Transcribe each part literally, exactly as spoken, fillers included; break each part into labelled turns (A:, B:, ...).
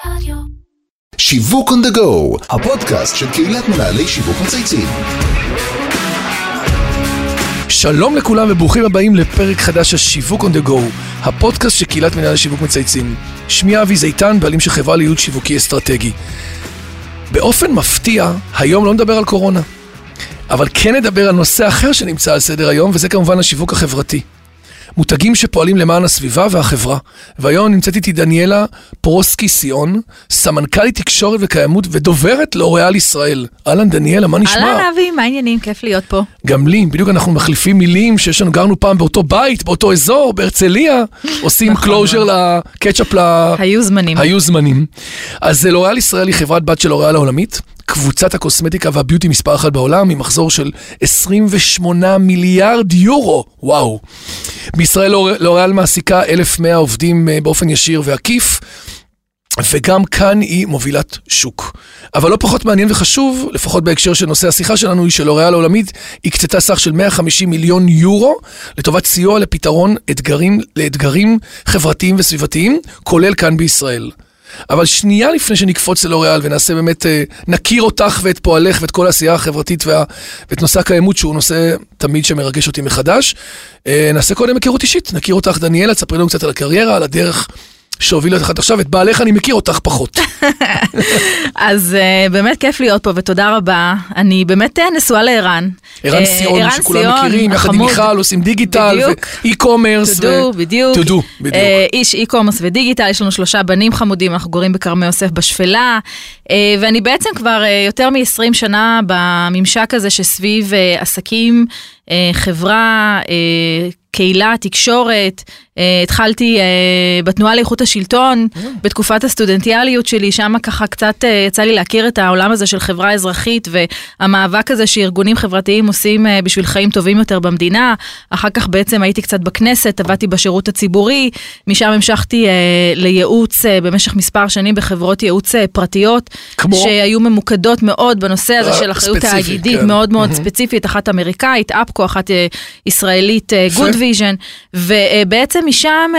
A: רדיו.
B: שיווק on the go, הפודקאסט של קהילת מנהלי שיווק מצייצים.
C: שלום לכולם וברוכים הבאים לפרק חדש של שיווק on the go, הפודקאסט של קהילת מנהלי שיווק מצייצים. שמי אבי זיתן, בעלים של חברה לייעוץ שיווקי אסטרטגי. באופן מפתיע, היום לא נדבר על קורונה, אבל כן נדבר על נושא אחר שנמצא על סדר היום, וזה כמובן השיווק החברתי. מותגים שפועלים למען הסביבה והחברה. והיום נמצאת איתי דניאלה פרוסקי סיון, סמנכ"לית תקשורת וקיימות ודוברת לוריאל ישראל. אהלן דניאלה, מה נשמע?
D: אהלן אבי, מה העניינים? כיף להיות פה.
C: גם לי, בדיוק אנחנו מחליפים מילים שיש לנו, גרנו פעם באותו בית, באותו אזור, בהרצליה, עושים קלוז'ר לקצ'אפ ל...
D: היו זמנים.
C: היו זמנים. אז לוריאל ישראל היא חברת בת של לוריאל העולמית, קבוצת הקוסמטיקה והביוטי מספר אחת בעולם, עם מחזור של עשרים ושמונה מיליארד יורו. וואו. בישראל לוריאל מעסיקה אלף ומאה עובדים באופן ישיר ועקיף, וגם כאן היא מובילת שוק. אבל לא פחות מעניין וחשוב, לפחות בהקשר של נושא השיחה שלנו, היא שלוריאל העולמית הקצתה סך של מאה וחמישים מיליון יורו, לטובת סיוע לפתרון אתגרים, לאתגרים חברתיים וסביבתיים, כולל כאן בישראל. אבל שנייה לפני שנקפוץ ללוריאל ונעשה באמת, נכיר אותך ואת פועלך ואת כל העשייה החברתית וה, ואת נושא הקיימות, שהוא נושא תמיד שמרגש אותי מחדש. נעשה קודם הכירות אישית, נכיר אותך דניאלה, תספרי לנו קצת על הקריירה, על הדרך שהובילה אותך עכשיו, את בעליך אני מכיר אותך פחות.
D: אז באמת כיף להיות פה ותודה רבה. אני באמת נשואה לערן.
C: ערן סיון, שכולם מכירים, יחד עם מיכל, עושים דיגיטל ואי-קומרס.
D: תודו, בדיוק.
C: תודו, בדיוק.
D: איש אי-קומרס ודיגיטל, יש לנו שלושה בנים חמודים, אנחנו גורים בכרמי יוסף בשפלה, ואני בעצם כבר יותר מ-עשרים שנה בממשק הזה שסביב עסקים, חברה, קהילה, תקשורת. התחלתי בתנועה לאיכות השלטון, בתקופת הסטודנטיאליות שלי, שם ככה קצת יצא לי להכיר את העולם הזה של חברה אזרחית, והמאבק הזה שארגונים חברתיים עושים בשביל חיים טובים יותר במדינה. אחר כך בעצם הייתי קצת בכנסת, עבדתי בשירות הציבורי, משם המשכתי לייעוץ במשך מספר שנים בחברות ייעוץ פרטיות, כמו? שהיו ממוקדות מאוד בנושא הזה של אחריות תאגידית, כן. מאוד מאוד mm-hmm. ספציפית, אחת אמריקאית, אפקו, אחת ישראלית, Good Vision, ובעצם משם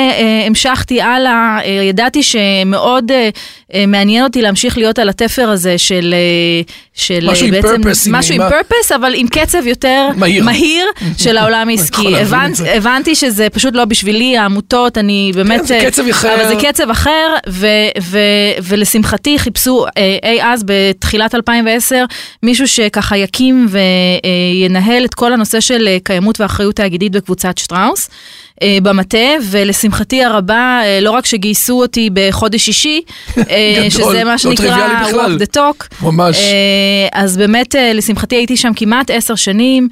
D: המשכתי הלאה, ידעתי שמאוד מעניין אותי להמשיך להיות על התפר הזה של, של
C: משהו עם פרפס,
D: משהו עם פרפס, אבל עם קצב יותר מהיר, מהיר של העולם העסקי. הבנ, הבנתי שזה פשוט לא בשבילי, העמותות, אני באמת,
C: כן, זה קצב אחר.
D: אבל זה קצב אחר, ו, ו, ולשמחתי חיפשו אי אז בתחילת אלפיים ועשר, מישהו שככה יקים וינהל את כל הנושא של קיימות ואחריות תאגידית בקבוצת שטראוס. במטה, ולשמחתי הרבה, לא רק שגייסו אותי בחודש שישי, שזה מה שנקרא walk the talk,
C: ממש.
D: אז באמת, לשמחתי הייתי שם כמעט עשר שנים,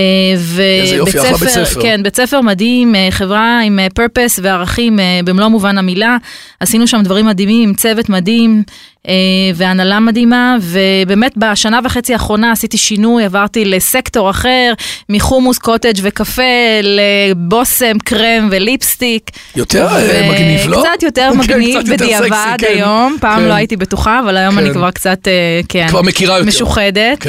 D: ובית ספר, כן, בית ספר מדהים, חברה עם פרפס וערכים במלוא מובן המילה, עשינו שם דברים מדהימים, עם צוות מדהים, והנהלה מדהימה, ובאמת בשנה וחצי האחרונה עשיתי שינוי, עברתי לסקטור אחר, מחומוס, קוטג' וקפה, לבוסם, קרם וליפסטיק.
C: יותר מגניב, לא?
D: קצת יותר מגניב בדיעבד היום, פעם לא הייתי בטוחה, אבל היום אני כבר קצת, כן,
C: כבר מכירה יותר.
D: משוחדת.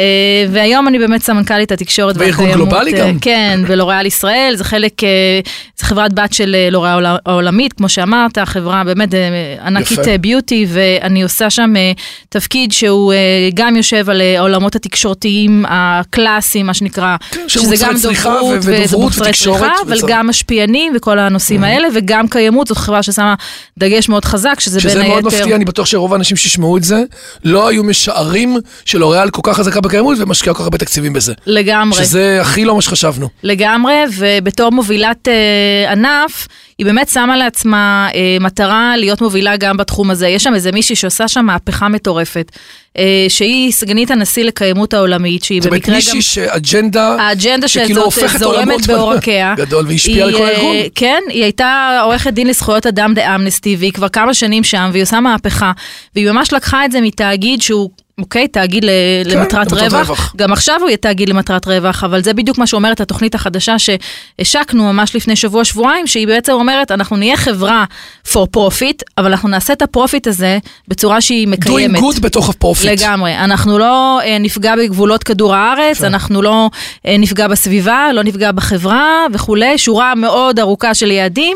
D: והיום אני באמת סמנכ"לית התקשורת והקיימות.
C: וארגון גלובלי גם.
D: כן, ולוריאל ישראל, זה חלק, זה חברת בת של לוריאל העולמית, כמו שאמרת, חברה באמת ענקית ביוטי, ואני עושה שם תפקיד שהוא גם יושב על העולמות התקשורתיים הקלאסיים, מה שנקרא, שזה גם דוברות ומוצרי צריכה, אבל גם משפיענים וכל הנושאים האלה, וגם קיימות, זאת חברה ששמה דגש מאוד חזק, שזה בין היתר...
C: שזה מאוד מפתיע, אני בטוח שרוב האנשים שישמעו את זה, לא היו משערים של לוריאל כל כך חזקה בקיימות, ומשקיעה כל כך הרבה תקציבים בזה.
D: לגמרי.
C: שזה הכי לא מה שחשבנו.
D: לגמרי, ובתור מובילת אה, ענף, היא באמת שמה לעצמה אה, מטרה להיות מובילה גם בתחום הזה. יש שם איזה מישהי שעושה שם מהפכה מטורפת, אה, שהיא סגנית הנשיא לקיימות העולמית, שהיא במקרה גם...
C: זאת אומרת מישהי שאג'נדה...
D: האג'נדה שזאת זורמת בעורקיה.
C: גדול, והשפיעה על כל הארגון.
D: כן, היא הייתה עורכת דין לזכויות אדם דאמנסטי, והיא כבר כמה שנים שם, והיא עושה מהפכה, והיא ממש לקחה את זה מתאגיד שהוא... אוקיי, תאגיד למטרת רווח. גם עכשיו הוא יהיה תאגיד למטרת רווח, אבל זה בדיוק מה שאומרת התוכנית החדשה שהשקנו ממש לפני שבוע, שבועיים, שהיא בעצם אומרת, אנחנו נהיה חברה for profit, אבל אנחנו נעשה את הפרופיט הזה בצורה שהיא מקיימת.
C: doing good בתוך הפרופיט.
D: לגמרי. אנחנו לא נפגע בגבולות כדור הארץ, אנחנו לא נפגע בסביבה, לא נפגע בחברה וכו'. שורה מאוד ארוכה של יעדים,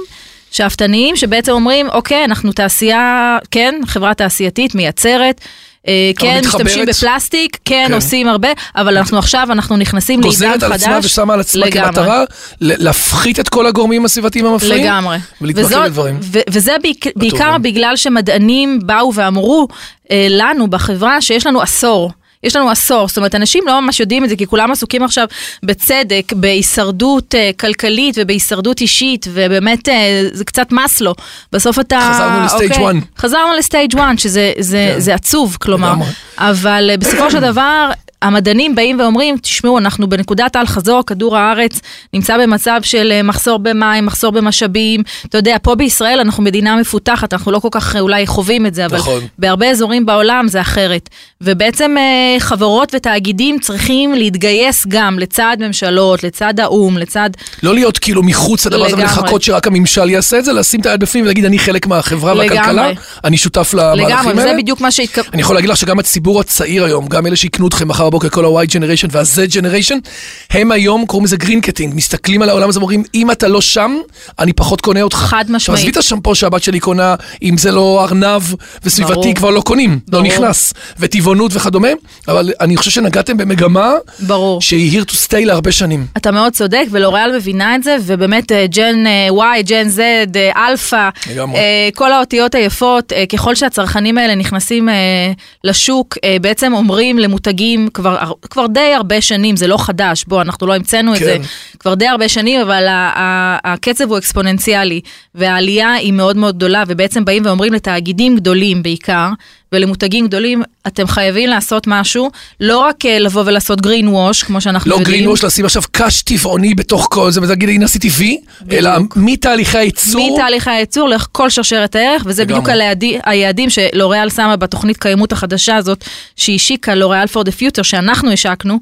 D: שאפתניים, שבעצם אומרים, אוקיי, אנחנו תעשייה, כן, חברה תעשייתית, מייצרת, כן, משתמשים בפלסטיק, כן, עושים הרבה, אבל אנחנו עכשיו, אנחנו נכנסים לעידן חדש.
C: גוזרת על עצמה ושמה על עצמה כמטרה, להפחית את כל הגורמים הסביבתיים המפריעים.
D: לגמרי.
C: ולהתמקד לדברים.
D: וזה בעיקר בגלל שמדענים באו ואמרו לנו בחברה שיש לנו עשור. יש לנו עשור, זאת אומרת, אנשים לא ממש יודעים את זה, כי כולם עסוקים עכשיו בצדק, בהישרדות כלכלית ובהישרדות אישית, ובאמת זה קצת מסלו. בסוף אתה...
C: חזרנו לסטייג' וואן.
D: חזרנו לסטייג' וואן, שזה זה, זה עצוב, כלומר. אבל בסופו של דבר, המדענים באים ואומרים, תשמעו, אנחנו בנקודת על חזור, כדור הארץ נמצא במצב של מחסור במים, מחסור במשאבים. אתה יודע, פה בישראל אנחנו מדינה מפותחת, אנחנו לא כל כך אולי חווים את זה, אבל
C: נכון.
D: בהרבה אזורים בעולם זה אחרת. ובעצם חברות ותאגידים צריכים להתגייס גם לצד ממשלות, לצד האום, לצד...
C: לא להיות כאילו מחוץ לדבר הזה ולחכות שרק הממשל יעשה את זה, לשים את היד בפנים ולהגיד, אני חלק מהחברה והכלכלה, אני שותף למהלכים האלה.
D: לגמרי, זה בדיוק מה שהתכוון.
C: אני יכול להגיד לך שגם הציבור הצעיר היום, גם אלה שיקנו אתכם מחר בבוקר, כל ה-Y generation וה-Z generation, הם היום קוראים לזה גרינקטינג, מסתכלים על העולם הזה, אומרים, אם אתה לא שם, אני פחות קונה אותך.
D: חד משמעית.
C: עזבי את השמפו שהבת שלי קונה, אם זה לא ארנב וסביבתי, כבר לא קונים, לא נכנס, וטבעונות וכדומה, אבל אני חושב שנגעתם במגמה,
D: ברור.
C: שהיא here to stay להרבה שנים.
D: אתה מאוד צודק, ולוריאל מבינה את זה, ובאמת ג'ן Y, ג'ן Z, אלפא, כל האותיות היפות, ככל שהצרכנים האלה נכנסים לשוק, בעצם אומרים למותגים כבר, כבר די הרבה שנים, זה לא חדש, בוא, אנחנו לא המצאנו כן. את זה, כבר די הרבה שנים, אבל הקצב הוא אקספוננציאלי, והעלייה היא מאוד מאוד גדולה, ובעצם באים ואומרים לתאגידים גדולים בעיקר, ולמותגים גדולים, אתם חייבים לעשות משהו, לא רק לבוא ולעשות green wash, כמו שאנחנו
C: לא
D: יודעים.
C: לא green wash, לשים עכשיו קש טבעוני בתוך כל זה, ולהגיד, הנה עשיתי וי, אלא מתהליכי הייצור.
D: מתהליכי הייצור לכל שרשרת הערך, וזה בדיוק היעדים שלוריאל שמה בתוכנית קיימות החדשה הזאת, שהיא שיקה, לוריאל for the future, שאנחנו השקנו,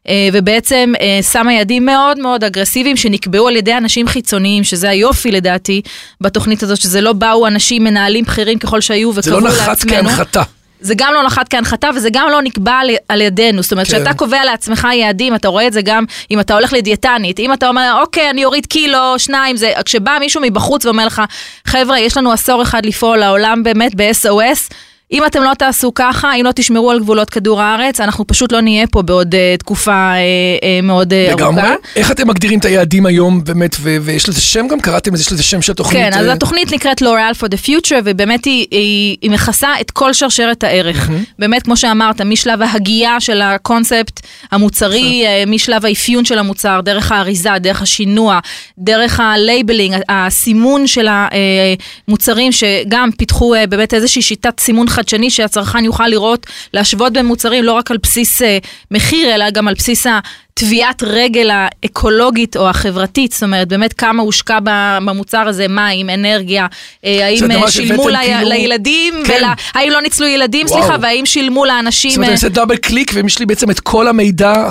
D: ובעצם שמה יעדים מאוד מאוד אגרסיביים, שנקבעו על ידי אנשים חיצוניים, שזה היופי לדעתי, בתוכנית הזאת, שזה לא באו אנשים מנהלים בכירים ככל שהיו וקבעו לעצמנו.
C: זה לא נחת כהנחתה.
D: זה גם לא נחת כהנחתה, וזה גם לא נקבע על, על ידינו. זאת אומרת, שאתה קובע לעצמך יעדים, אתה רואה את זה גם אם אתה הולך לדיאטנית. אם אתה אומר, אוקיי, אני אוריד קילו, שניים, זה, כשבא מישהו מבחוץ ואומר לך, חבר'ה, יש לנו עשור אחד לפעול לעולם באמת ב-אס או אס, אם אתם לא תעשו ככה, אם לא תשמרו על גבולות כדור הארץ, אנחנו פשוט לא נהיה פה בעוד uh, תקופה uh, uh, מאוד uh,
C: לגמרי.
D: ארוכה.
C: איך אתם מגדירים את היעדים היום באמת, ו- ויש לזה שם גם? קראתם לזה, יש לזה שם של תוכנית?
D: כן, אז התוכנית נקראת L'Oreal for the Future, ובאמת היא, היא, היא מכסה את כל שרשרת הערך. Mm-hmm. באמת, כמו שאמרת, משלב ההגייה של הקונספט המוצרי, mm-hmm. משלב האפיון של המוצר, דרך האריזה, דרך השינוע, דרך הלייבלינג, הסימון של המוצרים, שגם פיתחו באמת איזושהי שיטת סימון חדשני שהצרכן יוכל לראות, להשוות בין מוצרים לא רק על בסיס מחיר, אלא גם על בסיס תביעת רגל האקולוגית או החברתית, זאת אומרת, באמת כמה הושקע במוצר הזה, מים, אנרגיה, האם שילמו לילדים, האם לא ניצלו ילדים, סליחה, והאם שילמו לאנשים...
C: זאת אומרת, אני עושה דאבל קליק, ויש לי בעצם את כל המידע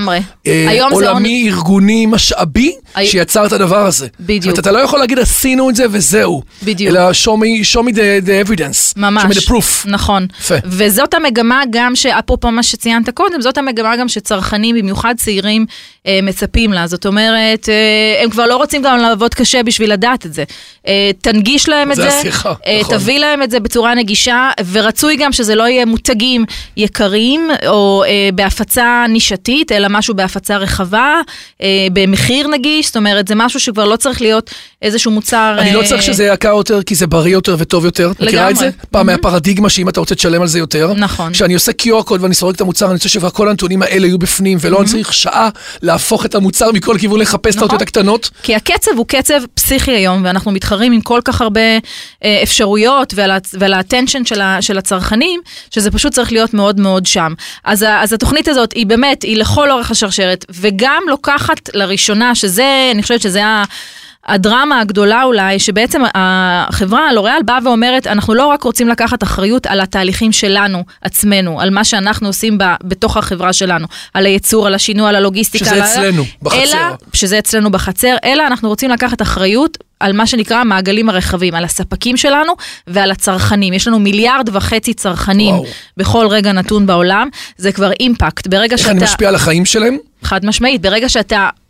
C: העולמי, ארגוני, משאבי, שיצר את הדבר הזה.
D: בדיוק.
C: זאת אומרת, אתה לא יכול להגיד, עשינו את זה וזהו.
D: בדיוק.
C: אלא show me the evidence.
D: ממש.
C: show me the proof.
D: נכון. וזאת המגמה גם, אפרופו מה שציינת קודם, זאת המגמה גם שצרכנים, במיוחד צעירים, מצפים לה. זאת אומרת, הם כבר לא רוצים גם לעבוד קשה בשביל לדעת את זה. תנגיש להם את זה, תביא להם את זה בצורה נגישה, ורצוי גם שזה לא יהיה מותגים יקרים, או בהפצה נישתית, אלא משהו בהפצה רחבה, במחיר נגיש, זאת אומרת, זה משהו שכבר לא צריך להיות איזשהו מוצר...
C: אני לא צריך שזה יקר יותר, כי זה בריא יותר וטוב יותר. מכירה את זה? פעם מהפרדיגמה שאם אתה רוצה תשלם על זה יותר.
D: נכון.
C: כשאני עושה קיו אר קוד ואני סורק את המוצר, אני רוצה שכל הנתונים האלה יהיו בפנים, ולא אני צריך שעה להפוך את המוצר מכל כיוון לחפש את האותיות הקטנות.
D: כי הקצב הוא קצב פסיכי היום, ואנחנו מתחרים עם כל כך הרבה אפשרויות, ועל האטנשן של הצרכנים, שזה פשוט צריך להיות מאוד מאוד שם. אז, אז התוכנית הזאת היא באמת, היא לכל אורך השרשרת, וגם לוקחת לראשונה, שזה, אני חושבת שזה ה... הדרמה הגדולה אולי, שבעצם החברה, לוריאל, באה ואומרת, אנחנו לא רק רוצים לקחת אחריות על התהליכים שלנו, עצמנו, על מה שאנחנו עושים ב, בתוך החברה שלנו, על הייצור, על השינוע, על הלוגיסטיקה.
C: שזה אצלנו, בחצר.
D: אלא, שזה אצלנו בחצר, אלא אנחנו רוצים לקחת אחריות על מה שנקרא המעגלים הרחבים, על הספקים שלנו ועל הצרכנים. יש לנו מיליארד וחצי צרכנים וואו. בכל רגע נתון בעולם, זה כבר אימפקט. ברגע
C: איך
D: שאתה...
C: אני משפיע על החיים שלהם?
D: חד משמעית, ברגע שאתה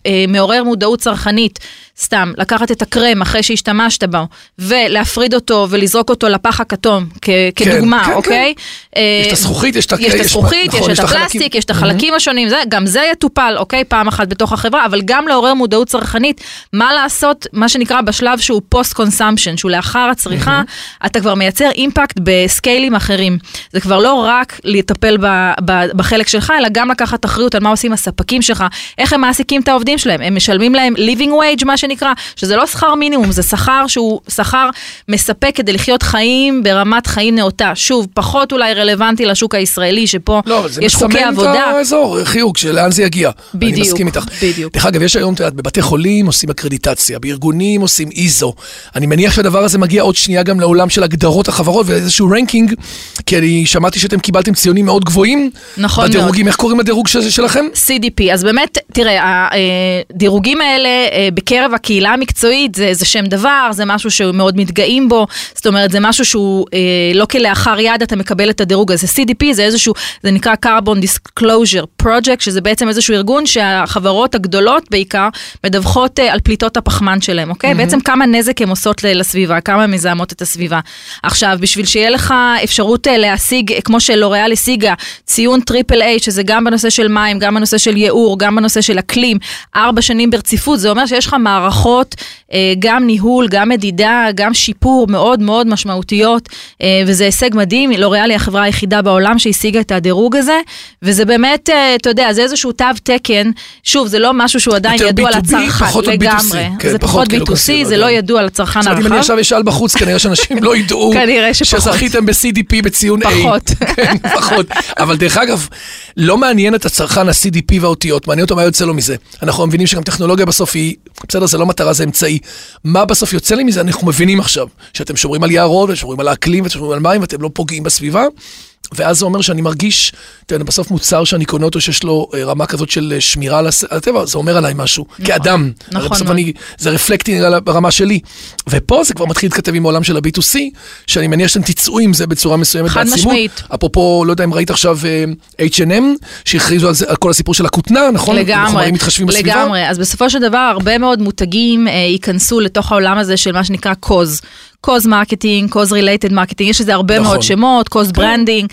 D: מעורר מודעות צרכנית, סתם, לקחת את הקרם אחרי שהשתמשת בו, ולהפריד אותו ולזרוק אותו לפח הכתום, כדוגמה, אוקיי?
C: יש את הזכוכית, יש את
D: הזכוכית, יש את הפלסטיק, יש את החלקים השונים, גם זה יטופל, אוקיי? פעם אחת בתוך החברה, אבל גם לעורר מודעות צרכנית, מה לעשות, מה שנקרא בשלב שהוא פוסט-קונסמפשן, שהוא לאחר הצריכה, אתה כבר מייצר אימפקט בסקיילים אחרים. זה כבר לא רק לטפל בחלק שלך, אלא גם לקחת אחריות על מה עושים הספקים שלך, איך הם מעסיקים את העובדים שלהם, הם משלמים להם living wage, מה שנקרא, שזה לא שכר מינימום, זה שכר שהוא שכר מספק כדי לחיות חיים ברמת חיים נאותה. שוב, פחות אולי רלוונטי לשוק הישראלי, שפה
C: לא,
D: יש חוקי עבודה.
C: לא, זה מסמן את האזור, חיוג, שלאן זה יגיע.
D: בדיוק,
C: אני מסכים איתך.
D: בדיוק.
C: דרך אגב, יש היום, תראה, בבתי חולים עושים אקרדיטציה, בארגונים עושים איזו. אני מניח שהדבר הזה מגיע עוד שנייה גם לעולם של הגדרות החברות, ואיזשהו רנקינג, כי אני שמעתי שאתם קיבלתם ציונים מאוד גבוהים.
D: נכון מאוד.
C: בדירוגים, איך קוראים לדירוג שלכם?
D: סי די פי. אז באמת, תראה, הדירוגים האלה בקרב הקהילה המקצועית, זה, זה שם דבר, זה משהו שמאוד מתגאים בו, זאת אומרת, זה משהו שהוא אה, לא כלאחר יד, אתה מקבל את הדירוג הזה. סי די פי זה איזשהו, זה נקרא Carbon Disclosure Project, שזה בעצם איזשהו ארגון שהחברות הגדולות בעיקר, מדווחות אה, על פליטות הפחמן שלהם, אוקיי? Mm-hmm. בעצם כמה נזק הן עושות לסביבה, כמה הן מזהמות את הסביבה. עכשיו, בשביל שיהיה לך אפשרות אה, להשיג, כמו שלוריאל השיגה, ציון טריפל איי, שזה גם בנושא של מים, גם בנושא של ייעור, גם בנושא של אקלים, ארבע שנים ברציפות, זה אומר שיש לך מערכות, גם ניהול, גם מדידה, גם שיפור מאוד מאוד משמעותיות, וזה הישג מדהים. לוריאל היא החברה היחידה בעולם שהשיגה את הדירוג הזה, וזה באמת, אתה יודע, זה איזשהו תו תקן, שוב, זה לא משהו שהוא עדיין ידוע לצרכן, לגמרי. זה פחות בי טו סי, זה לא ידוע לצרכן הרחב.
C: אם אני עכשיו אשאל בחוץ, כנראה שאנשים לא ידעו שזכיתם ב-סי די פי בציון A.
D: פחות.
C: כן, פחות. אבל דרך אגב, לא מעניין את הצרכן ה-סי די פי והאותיות, מעניין אותו מה יוצא לו מזה. אנחנו מבינים שגם טכנולוגיה בסוף היא, בסדר, זה לא מטרה, זה אמצעי. מה בסוף יוצא לי מזה? אנחנו מבינים עכשיו שאתם שומרים על יערות, ושומרים על האקלים, ושומרים על מים, ואתם לא פוגעים בסביבה, ואז זה אומר שאני מרגיש, תראה, בסוף מוצר שאני קונה אותו, שיש לו רמה כזאת של שמירה על הטבע, זה אומר עליי משהו, נכון, כאדם.
D: נכון.
C: בסוף אני, זה רפלקטינג על הרמה שלי. ופה זה כבר מתחיל להתכתב עם העולם של ה-בי טו סי, שאני מניח שאתם תצאו עם זה בצורה מסוימת
D: בעצימות. חד משמעית.
C: אפרופו, לא יודע אם ראית עכשיו אייץ' אנד אם, שהכריזו על, זה, על כל הסיפור של הכותנה, נכון?
D: לגמרי,
C: בסביבה.
D: לגמרי. אז בסופו של דבר, הרבה מאוד מותגים אה, ייכנסו לתוך העולם הזה של מה שנקרא קוז. קוז מרקטינג, קוז רילייטד מרקטינג, יש לזה הרבה מאוד שמות, קוז ברנדינג,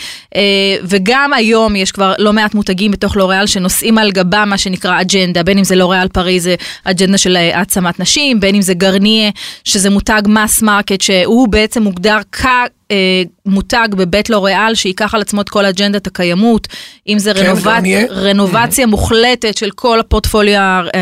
D: וגם היום יש כבר לא מעט מותגים בתוך לוריאל שנושאים על גבה מה שנקרא אג'נדה, בין אם זה לוריאל פריז, זה אג'נדה של העצמת נשים, בין אם זה גרניה, שזה מותג מס מרקט, שהוא בעצם מוגדר כ... מותג בבית לוריאל שיקח על עצמו את כל אג'נדת הקיימות, אם זה רנובציה מוחלטת של כל הפורטפוליו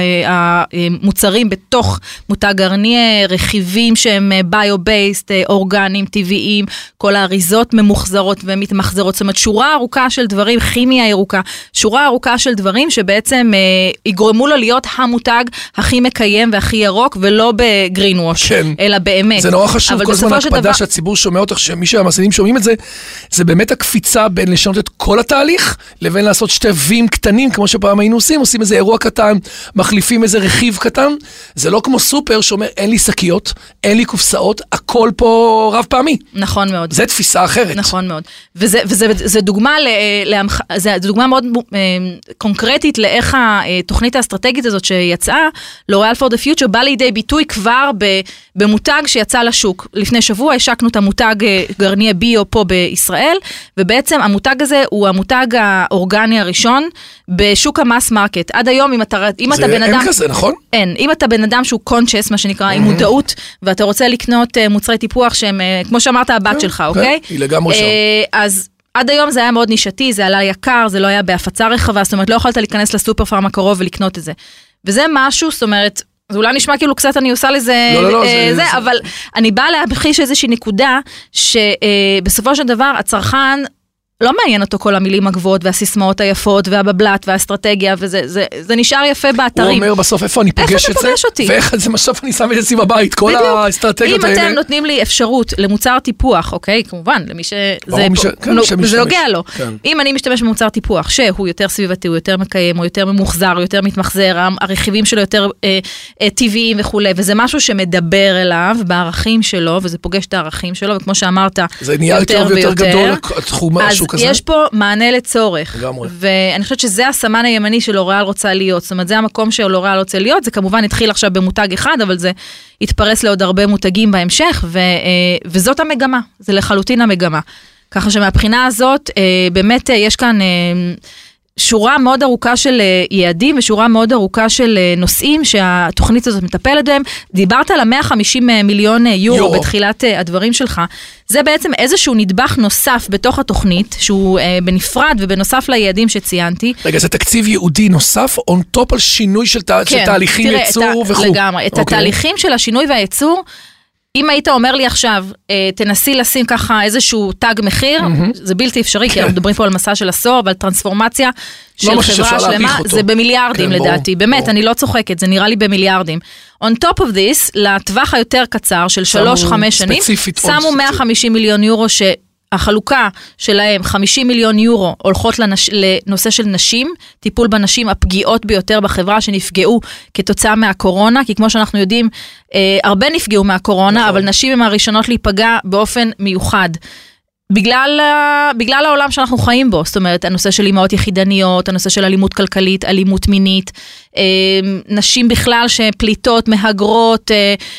D: המוצרים בתוך מותג גרניה, רכיבים שהם ביו-בייסט, אורגניים, טבעיים, כל האריזות ממוחזרות ומתמחזרות, זאת אומרת שורה ארוכה של דברים, כימיה ירוקה, שורה ארוכה של דברים שבעצם יגרמו לו להיות המותג הכי מקיים והכי ירוק, ולא בגרין ווש, אלא באמת.
C: זה נורא חשוב, כל זמן הקפדה שהציבור שומע אותך, שמי שהמאזינים שומעים את זה, זה באמת הקפיצה בין לשנות את כל התהליך, לבין לעשות שתי וים קטנים, כמו שפעם היינו עושים, עושים איזה אירוע קטן, מחליפים איזה רכיב קטן, זה לא כמו סופר שאומר, אין לי שקיות, אין לי קופסאות, הכל פה רב פעמי.
D: נכון מאוד.
C: זה תפיסה אחרת.
D: נכון מאוד. וזה, וזה, זה דוגמה, להמח... זה דוגמה מאוד קונקרטית לאיך התוכנית האסטרטגית הזאת שיצאה, לוריאל פור דה פיוטר, בא לידי ביטוי כבר במותג שיצא לשוק. לפני שבוע השקנו את המותג גרניה ביו פה בישראל, ובעצם המותג הזה הוא המותג האורגני הראשון בשוק המס מרקט. עד היום, אם אתה, אם אתה בן אדם...
C: אין כזה, נכון?
D: אין. אם אתה בן אדם שהוא קונצ'ס, מה שנקרא, עם מודעות, ואתה רוצה לקנות מוצרי טיפוח שהם, כמו שאמרת, הבת שלך, אוקיי?
C: היא לגמרי שם.
D: אז... עד היום זה היה מאוד נישתי, זה עלה יקר, זה לא היה בהפצה רחבה, זאת אומרת, לא יכולת להיכנס לסופר פארם הקרוב ולקנות את זה. וזה משהו, זאת אומרת, זה אולי נשמע כאילו קצת אני עושה לזה,
C: לא, לא, לא,
D: אה,
C: זה,
D: זה,
C: זה...
D: אבל אני באה להמחיש איזושהי נקודה, שבסופו של דבר הצרכן, לא מעניין אותו כל המילים הגבוהות והסיסמאות היפות והבבלת והאסטרטגיה, וזה זה, זה נשאר יפה באתרים.
C: הוא אומר בסוף איפה אני פוגש את זה, ואיך זה בסוף אני שם את זה בבית, כל האסטרטגיות האלה.
D: אם אתם נותנים לי אפשרות למוצר טיפוח, אוקיי, כמובן, למי שזה נוגע לו. אם אני משתמש במוצר טיפוח, שהוא יותר סביבתי, הוא יותר מקיים, הוא יותר ממוחזר, הוא יותר מתמחזר, הרכיבים שלו יותר טבעיים וכו', וזה משהו שמדבר אליו בערכים שלו, וזה פוגש את הערכים שלו, וכמו שאמרת,
C: זה נהיה יותר ויותר גדול, התחום, השוק משהו כזה?
D: יש פה מענה לצורך.
C: לגמרי.
D: ואני חושבת שזה הסמן הימני שלוריאל רוצה להיות. זאת אומרת, זה המקום שלוריאל רוצה להיות. זה כמובן התחיל עכשיו במותג אחד, אבל זה התפרס לעוד הרבה מותגים בהמשך, ו, וזאת המגמה. זה לחלוטין המגמה. ככה שמהבחינה הזאת, באמת יש כאן שורה מאוד ארוכה של יעדים, ושורה מאוד ארוכה של נושאים שהתוכנית הזאת מטפלת בהם. דיברת על ה-מאה וחמישים מיליון יורו, יורו בתחילת הדברים שלך. זה בעצם איזשהו נדבך נוסף בתוך התוכנית, שהוא בנפרד ובנוסף ליעדים שציינתי.
C: רגע, זה תקציב ייעודי נוסף, on top על שינוי של, תה, כן, של תהליכים, תראה, ייצור וכו'.
D: לגמרי, את okay. התהליכים של השינוי והייצור, אם היית אומר לי עכשיו, תנסי לשים ככה איזשהו תג מחיר, זה בלתי אפשרי, כי אנחנו מדברים פה על מסע של עשור, אבל טרנספורמציה של חברה שלמה, זה במיליארדים לדעתי, באמת, אני לא צוחקת, זה נראה לי במיליארדים. On top of this, לטווח היותר קצר של שלוש חמש שנים, שמו מאה וחמישים מיליון יורו ש... החלוקה שלהם, חמישים מיליון יורו, הולכות לנש... לנושא של נשים, טיפול בנשים הפגיעות ביותר בחברה שנפגעו כתוצאה מהקורונה, כי כמו שאנחנו יודעים, אה, הרבה נפגעו מהקורונה, נכון. אבל נשים הן הראשונות להיפגע באופן מיוחד. בגלל, בגלל העולם שאנחנו חיים בו, זאת אומרת, הנושא של אימהות יחידניות, הנושא של אלימות כלכלית, אלימות מינית, נשים בכלל שפליטות, מהגרות,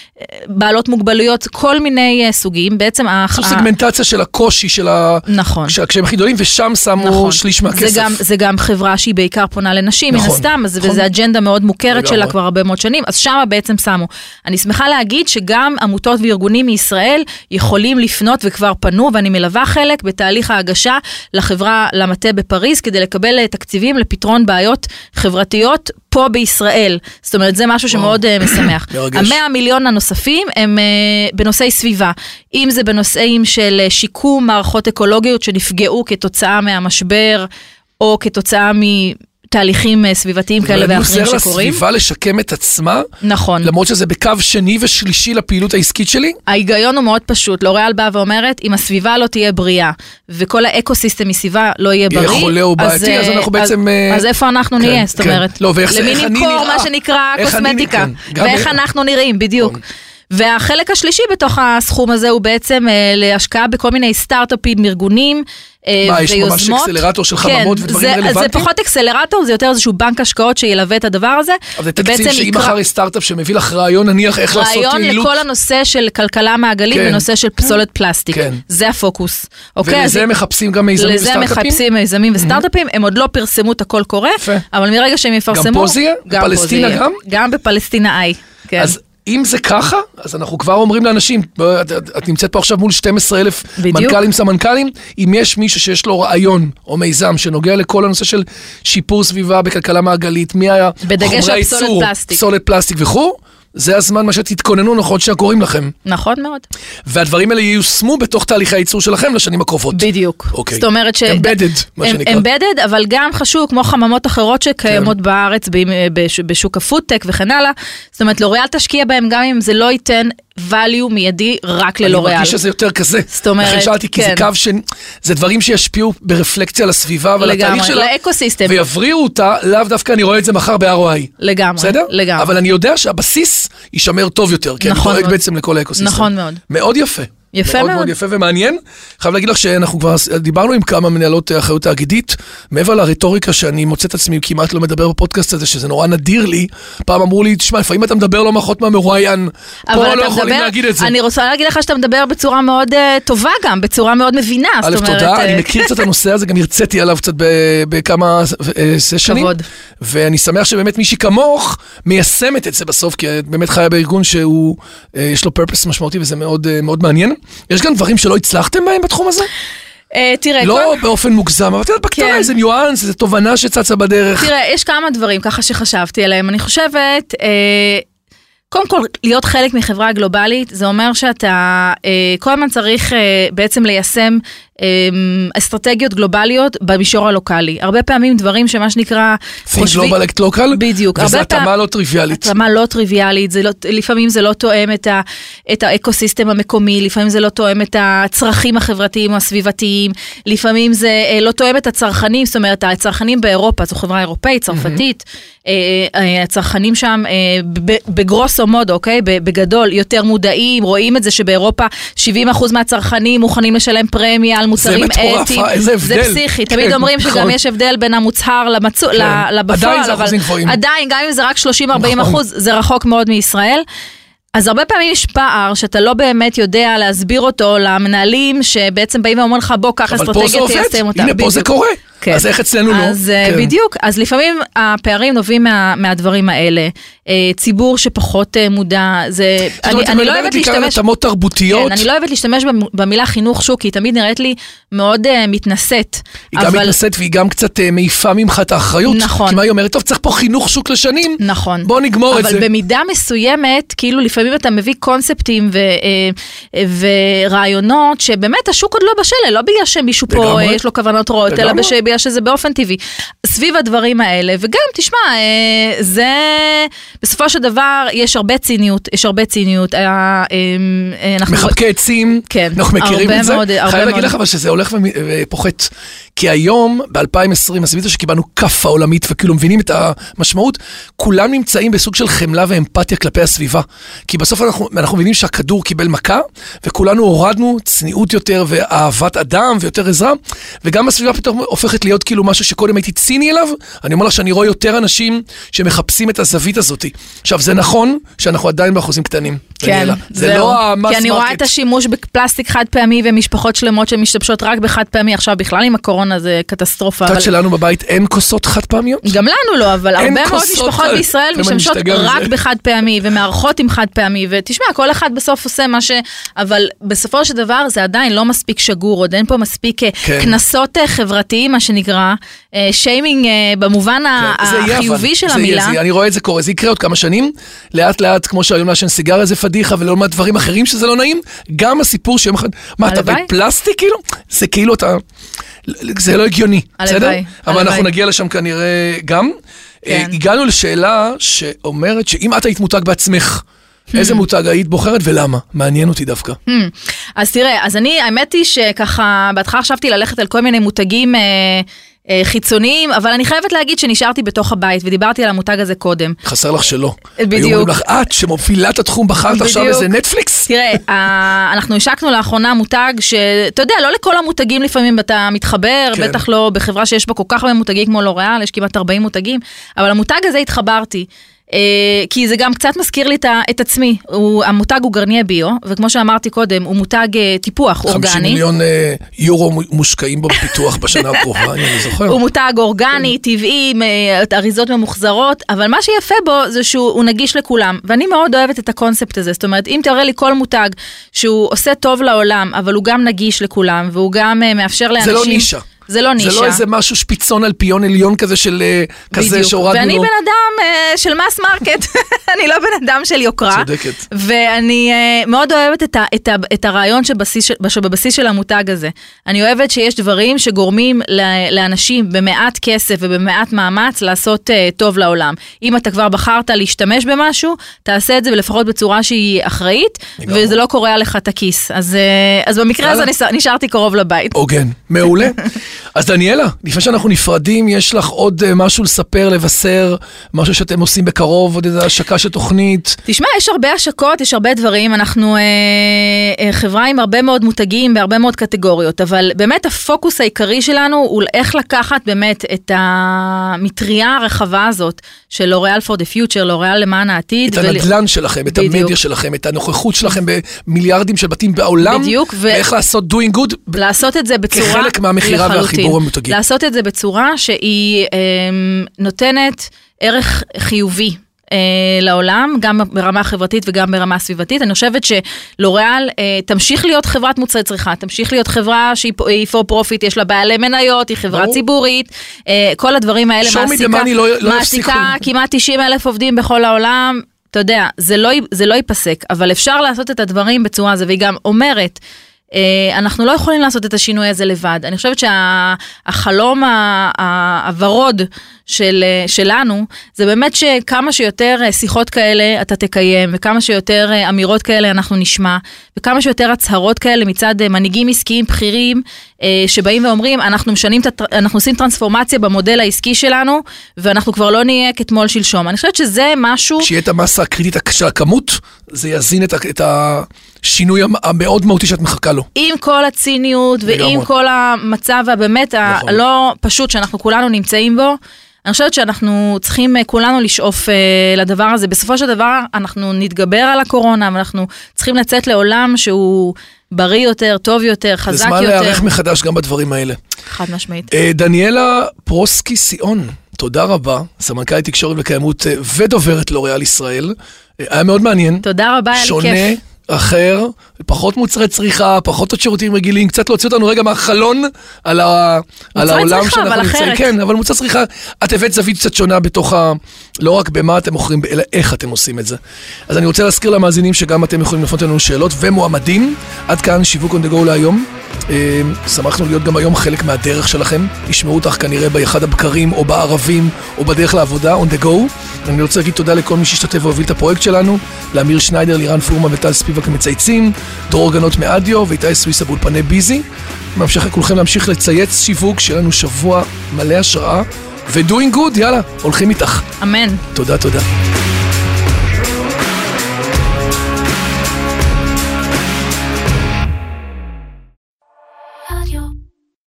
D: בעלות מוגבלויות, כל מיני סוגים, בעצם...
C: זו סגמנטציה של הקושי של ה...
D: נכון.
C: כשהם הכי גדולים, ושם שמו נכון. שליש מהכסף.
D: זה גם, זה גם חברה שהיא בעיקר פונה לנשים, נכון. מן הסתם, נכון. וזה אג'נדה מאוד מוכרת לגמרי. שלה כבר הרבה מאוד שנים, אז שם בעצם שמו. אני שמחה להגיד שגם עמותות וארגונים מישראל יכולים לפנות וכבר פנו, ואני מלווה חלק בתהליך ההגשה לחברה למטה בפריז, כדי לקבל תקציבים לפתרון בעיות חברתיות פה בישראל. זאת אומרת, זה משהו שמאוד uh, משמח. המאה מיליון הנוספים הם uh, בנושאי סביבה. אם זה בנושאים של uh, שיקום מערכות אקולוגיות שנפגעו כתוצאה מהמשבר, או כתוצאה מ... תהליכים סביבתיים כאלה ואחרים שקורים.
C: ואני עוזר לסביבה לשקם את עצמה.
D: נכון.
C: למרות שזה בקו שני ושלישי לפעילות העסקית שלי.
D: ההיגיון הוא מאוד פשוט. לוריאל באה ואומרת, אם הסביבה לא תהיה בריאה, וכל האקוסיסטם מסביבה לא יהיה בריא,
C: יהיה חולה או בעייתי, אז אנחנו בעצם...
D: אז איפה אנחנו נהיה? זאת אומרת, למי נמכור מה שנקרא קוסמטיקה. ואיך אנחנו נראים, בדיוק. והחלק השלישי בתוך הסכום הזה הוא בעצם להשקעה בכל מיני סטארט-אפים, ארגונים,
C: מה, יש ממש אקסלרטור של חממות ודברים רלוונטיים?
D: זה פחות אקסלרטור, זה יותר איזשהו בנק השקעות שילווה את הדבר הזה.
C: אבל זה תקציב שאם אחרי סטארט-אפ שמביא לך רעיון, נניח איך לעשות יעילות.
D: רעיון לכל הנושא של כלכלה מעגלית ונושא של פסולת פלסטיק. זה הפוקוס.
C: ולזה מחפשים גם מיזמים וסטארט-אפים?
D: לזה מחפשים מיזמים וסטארט-אפים, הם עוד לא פרסמו את הכל קורא, אבל מרגע שהם יפרסמו...
C: גם פה זה יהיה? בפלסטינה גם?
D: גם בפלסטינה איי.
C: אז אם זה ככה, אז אנחנו כבר אומרים לאנשים, את, את נמצאת פה עכשיו מול שנים עשר אלף מנכ"לים, סמנכ"לים, אם יש מישהו שיש לו רעיון או מיזם שנוגע לכל הנושא של שיפור סביבה בכלכלה מעגלית, מי היה חומרי הייצור, פסולת פלסטיק וכו', זה הזמן מה שתתכוננו נכון שהקוראים לכם.
D: נכון מאוד.
C: והדברים האלה ייושמו בתוך תהליכי הייצור שלכם לשנים הקרובות.
D: בדיוק.
C: אוקיי.
D: זאת אומרת ש...
C: אמבדד, מה שנקרא.
D: אמבדד, אבל גם חשוב, כמו חממות אחרות שקיימות בארץ, בשוק הפודטק וכן הלאה. זאת אומרת, לוריאל תשקיע בהם גם אם זה לא ייתן value מיידי רק ללוריאל.
C: אני מרגיש שזה יותר כזה.
D: זאת אומרת,
C: לכן שאלתי, כי זה קו ש... זה דברים שישפיעו ברפלקציה לסביבה ולתהליך שלה.
D: לגמרי, לאקוסיסטם.
C: ויבריאו אותה, לאו דווקא אני רואה את זה מחר ב-אר או איי.
D: לגמרי,
C: בסדר?
D: לגמרי.
C: אבל אני יודע שהבסיס יישמר טוב יותר, כי אני דואג בעצם לכל האקוסיסטם.
D: נכון מאוד.
C: מאוד יפה.
D: יפה
C: מאוד.
D: מאוד.
C: מאוד יפה ומעניין. חייב להגיד לך שאנחנו כבר דיברנו עם כמה מנהלות אחריות תאגידית, מעבר לרטוריקה שאני מוצא את עצמי כמעט לא מדבר בפודקאסט הזה, שזה נורא נדיר לי. פעם אמרו לי, תשמע, לפעמים אתה מדבר לא מאחות מהמרואיין, פה לא יכולים מדבר, להגיד את זה.
D: אני רוצה להגיד לך שאתה מדבר בצורה מאוד uh, טובה גם, בצורה מאוד מבינה.
C: א', תודה, uh... אני מכיר קצת הנושא הזה, גם הרציתי עליו קצת בכמה סשנים. כבוד. ואני שמח שבאמת מישהי כמוך מיישמת את זה בסוף, כי באמת חיה בארגון שהוא, יש לו פרפס משמעותי וזה מאוד, מאוד מעניין. יש גם דברים שלא הצלחתם בהם בתחום הזה?
D: תראה,
C: לא באופן מוגזם, אבל תראה, בקטנה, איזה ניואנס, איזה תובנה שצצה בדרך.
D: תראה, יש כמה דברים ככה שחשבתי עליהם. אני חושבת, קודם כל, להיות חלק מחברה גלובלית, זה אומר שאתה כל הזמן צריך בעצם ליישם אסטרטגיות גלובליות במישור הלוקלי. הרבה פעמים דברים שמה שנקרא...
C: think global act local?
D: בדיוק.
C: וזה התאמה לא טריוויאלית.
D: התאמה לא טריוויאלית, לפעמים זה לא תואם את האקוסיסטם המקומי, לפעמים זה לא תואם את הצרכים החברתיים או הסביבתיים, לפעמים זה לא תואם את הצרכנים, זאת אומרת, הצרכנים באירופה, זו חברה אירופאית, צרפתית, הצרכנים שם בגרוסו מודו, אוקיי? בגדול, יותר מודעים, רואים את זה שבאירופה שבעים אחוז מהצרכנים מוכנים לשלם פרמיה על מוצרים אתיים.
C: זה מטורף, איזה הבדל.
D: זה פסיכי, תמיד אומרים שגם יש הבדל בין המוצהר לבפועל, אבל עדיין, גם אם זה רק שלושים עד ארבעים אחוז, זה רחוק מאוד מישראל. אז הרבה פעמים יש פער שאתה לא באמת יודע להסביר אותו למנהלים שבעצם באים ואומרים לך בוא קח אסטרטגיה תיישם אותה.
C: הנה פה זה קורה.
D: כן.
C: אז איך אצלנו לא?
D: אז כן. בדיוק, אז לפעמים הפערים נובעים מה, מהדברים האלה. ציבור שפחות מודע, זה... אני, אני לא אוהבת להשתמש...
C: התאמות תרבותיות.
D: כן, אני לא אוהבת להשתמש במילה חינוך שוק, כי היא תמיד נראית לי מאוד uh, מתנשאת.
C: היא אבל... גם מתנשאת והיא גם קצת uh, מעיפה ממך את האחריות. נכון. כי מה היא אומרת? טוב, צריך פה חינוך שוק לשנים.
D: נכון.
C: בוא נגמור את זה.
D: אבל במידה מסוימת, כאילו לפעמים אתה מביא קונספטים ו, uh, ורעיונות, שבאמת השוק עוד לא בשל, לא בגלל שמישהו פה uh, יש לו כוונות רעות, אלא בש... בגלל שזה באופן טבעי. סביב הדברים האלה, וגם, תשמע, uh, זה... בסופו של דבר, יש הרבה ציניות, יש הרבה ציניות.
C: מחבקי עצים, אנחנו מכירים את זה. חייב להגיד לך אבל שזה הולך ופוחת. כי היום, ב-אלפיים ועשרים, הסביבה שקיבלנו כפה עולמית, וכאילו מבינים את המשמעות, כולם נמצאים בסוג של חמלה ואמפתיה כלפי הסביבה. כי בסוף אנחנו, אנחנו מבינים שהכדור קיבל מכה, וכולנו הורדנו צניעות יותר, ואהבת אדם, ויותר עזרה, וגם הסביבה פתאום הופכת להיות כאילו משהו שקודם הייתי ציני אליו, אני אומר לך שאני רואה יותר אנשים שמחפשים את הזווית הזאת. עכשיו, זה נכון שאנחנו עדיין באחוזים קטנים.
D: כן,
C: זה לא המס
D: כי אני רואה את השימוש בפלסטיק חד פעמי, ומשפחות שלמות שמשתמשות רק בחד פעמי, עכשיו בכלל עם הקורונה זה קטסטרופה.
C: את יודעת שלנו בבית אין כוסות חד פעמיות?
D: גם לנו לא, אבל הרבה מאוד משפחות בישראל משתמשות רק בחד פעמי, ומערכות עם חד פעמי, ותשמע, כל אחד בסוף עושה מה ש... אבל בסופו של דבר זה עדיין לא מספיק שגור, עוד אין פה מספיק כנסות חברתיים, מה שנקרא, שיימינג במובן החיובי של המילה.
C: אני רואה את זה קורה, זה יקרה עוד כמה שנים, לאט לאט, כמו שהיום לעשן סיגריה זה פדיחה, ולא מה דברים אחרים שזה לא נעים, גם הסיפור שיום אחד, מה, אתה בפלסטיק כאילו? זה כאילו אתה, זה לא הגיוני, בסדר? אבל אנחנו נגיע לשם כנראה גם. הגענו לשאלה שאומרת שאם את היית מותג בעצמך, איזה מותג היית בוחרת ולמה? מעניין אותי דווקא.
D: אז תראה, אז אני, האמת היא שככה, בהתחלה חשבתי ללכת על כל מיני מותגים חיצוניים, אבל אני חייבת להגיד שנשארתי בתוך הבית, ודיברתי על המותג הזה קודם.
C: חסר לך שלא.
D: בדיוק.
C: היו אומרים לך, את שמובילה את התחום, בחרת עכשיו איזה נטפליקס?
D: תראה, אנחנו השקנו לאחרונה מותג שאתה יודע, לא לכל המותגים לפעמים אתה מתחבר, בטח לא בחברה שיש בה כל כך הרבה מותגים כמו לוריאל, יש כמעט ארבעים מותגים, אבל המותג הזה התחברתי. כי זה גם קצת מזכיר לי את עצמי, המותג הוא גרניה ביו, וכמו שאמרתי קודם, הוא מותג טיפוח אורגני.
C: חמישים מיליון יורו מושקעים בו בפיתוח בשנה הקרובה, אני זוכר.
D: הוא מותג אורגני, טבעי, אריזות ממוחזרות, אבל מה שיפה בו זה שהוא נגיש לכולם, ואני מאוד אוהבת את הקונספט הזה, זאת אומרת, אם תראה לי כל מותג שהוא עושה טוב לעולם, אבל הוא גם נגיש לכולם, והוא גם מאפשר לאנשים...
C: זה לא נישה.
D: זה לא נישה.
C: זה לא איזה משהו שפיצון על פיון עליון כזה של כזה שהורדנו לו.
D: ואני בן אדם של מס מרקט, אני לא בן אדם של יוקרה.
C: צודקת.
D: ואני מאוד אוהבת את, ה, את, ה, את הרעיון שבבסיס, שבבסיס של המותג הזה. אני אוהבת שיש דברים שגורמים לאנשים במעט כסף ובמעט מאמץ לעשות טוב לעולם. אם אתה כבר בחרת להשתמש במשהו, תעשה את זה לפחות בצורה שהיא אחראית, וזה לא קורא עליך את הכיס. אז, אז במקרה הזה נשארתי קרוב לבית.
C: אוגן, מעולה. אז דניאלה, לפני שאנחנו נפרדים, יש לך עוד משהו לספר, לבשר, משהו שאתם עושים בקרוב, עוד איזו השקה של תוכנית?
D: תשמע, יש הרבה השקות, יש הרבה דברים, אנחנו אה, אה, חברה עם הרבה מאוד מותגים, בהרבה מאוד קטגוריות, אבל באמת הפוקוס העיקרי שלנו הוא איך לקחת באמת את המטריה הרחבה הזאת, של לוריאל for the future, לוריאל למען העתיד.
C: את ול... הנדלן שלכם, את בדיוק. המדיה שלכם, את הנוכחות שלכם במיליארדים של בתים בעולם,
D: בדיוק, ו...
C: ואיך לעשות doing good,
D: לעשות את זה בצורה
C: כחלק מהמחירה והחיבור המותגי.
D: לעשות את זה בצורה שהיא אה, נותנת ערך חיובי. לעולם, גם ברמה חברתית וגם ברמה סביבתית. אני חושבת שלוריאל תמשיך להיות חברת מוצרי צריכה, תמשיך להיות חברה שהיא for profit, יש לה בעלי מניות, היא חברה ציבורית, כל הדברים האלה מעסיקה כמעט תשעים אלף עובדים בכל העולם, אתה יודע, זה לא, זה לא ייפסק, אבל אפשר לעשות את הדברים בצורה הזו, והיא גם אומרת, אנחנו לא יכולים לעשות את השינוי הזה לבד. אני חושבת שהחלום הוורוד של, שלנו, זה באמת שכמה שיותר שיחות כאלה אתה תקיים, וכמה שיותר אמירות כאלה אנחנו נשמע, וכמה שיותר הצהרות כאלה מצד מנהיגים עסקיים בכירים, שבאים ואומרים, אנחנו משנים, אנחנו עושים טרנספורמציה במודל העסקי שלנו, ואנחנו כבר לא נהיה כתמול שלשום. אני חושבת שזה משהו... כשיהיה
C: את המסה הקריטית של הכמות, זה יזין את, את השינוי המאוד מהותי שאת מחכה לו.
D: עם כל הציניות, ועם כל המצב הבאמת הלא פשוט שאנחנו כולנו נמצאים בו, אני חושבת שאנחנו צריכים כולנו לשאוף לדבר הזה. בסופו של דבר אנחנו נתגבר על הקורונה, ואנחנו צריכים לצאת לעולם שהוא בריא יותר, טוב יותר, חזק יותר.
C: זה זמן להערך מחדש גם בדברים האלה.
D: חד משמעית.
C: דניאלה פרוסקי סיון, תודה רבה, סמנכ"לית תקשורת וקיימות ודוברת לוריאל ישראל. היה מאוד מעניין.
D: תודה רבה, היה לי כיף.
C: שונה, אחר, פחות מוצרי צריכה, פחות עוד שירותים רגילים, קצת להוציא אותנו רגע מהחלון על, ה... על העולם
D: צריכה,
C: שאנחנו נמצאים. כן, אבל מוצרי צריכה, את הבאת זווית קצת שונה בתוך ה... לא רק במה אתם מוכרים, אלא איך אתם עושים את זה. אז אני רוצה להזכיר למאזינים שגם אתם יכולים לפנות לנו שאלות ומועמדים. עד כאן שיווק on the go להיום. שמחנו להיות גם היום חלק מהדרך שלכם. ישמעו אותך כנראה באחד הבקרים או בערבים או בדרך לעבודה on the go. אני רוצה להגיד תודה לכל מי שהשתתף והוביל את הפרויקט שלנו, לאמיר שניידר, לירן פורמה וטל ספיבק מצייצים, דרור גנות מאדיו ואיתי סוויסה באולפני ביזי. ממשיך לכולכם להמשיך לצייץ שיווק, שיהיה לנו שבוע מלא השראה ו-doing good, יאללה, הולכים איתך.
D: אמן.
C: תודה, תודה.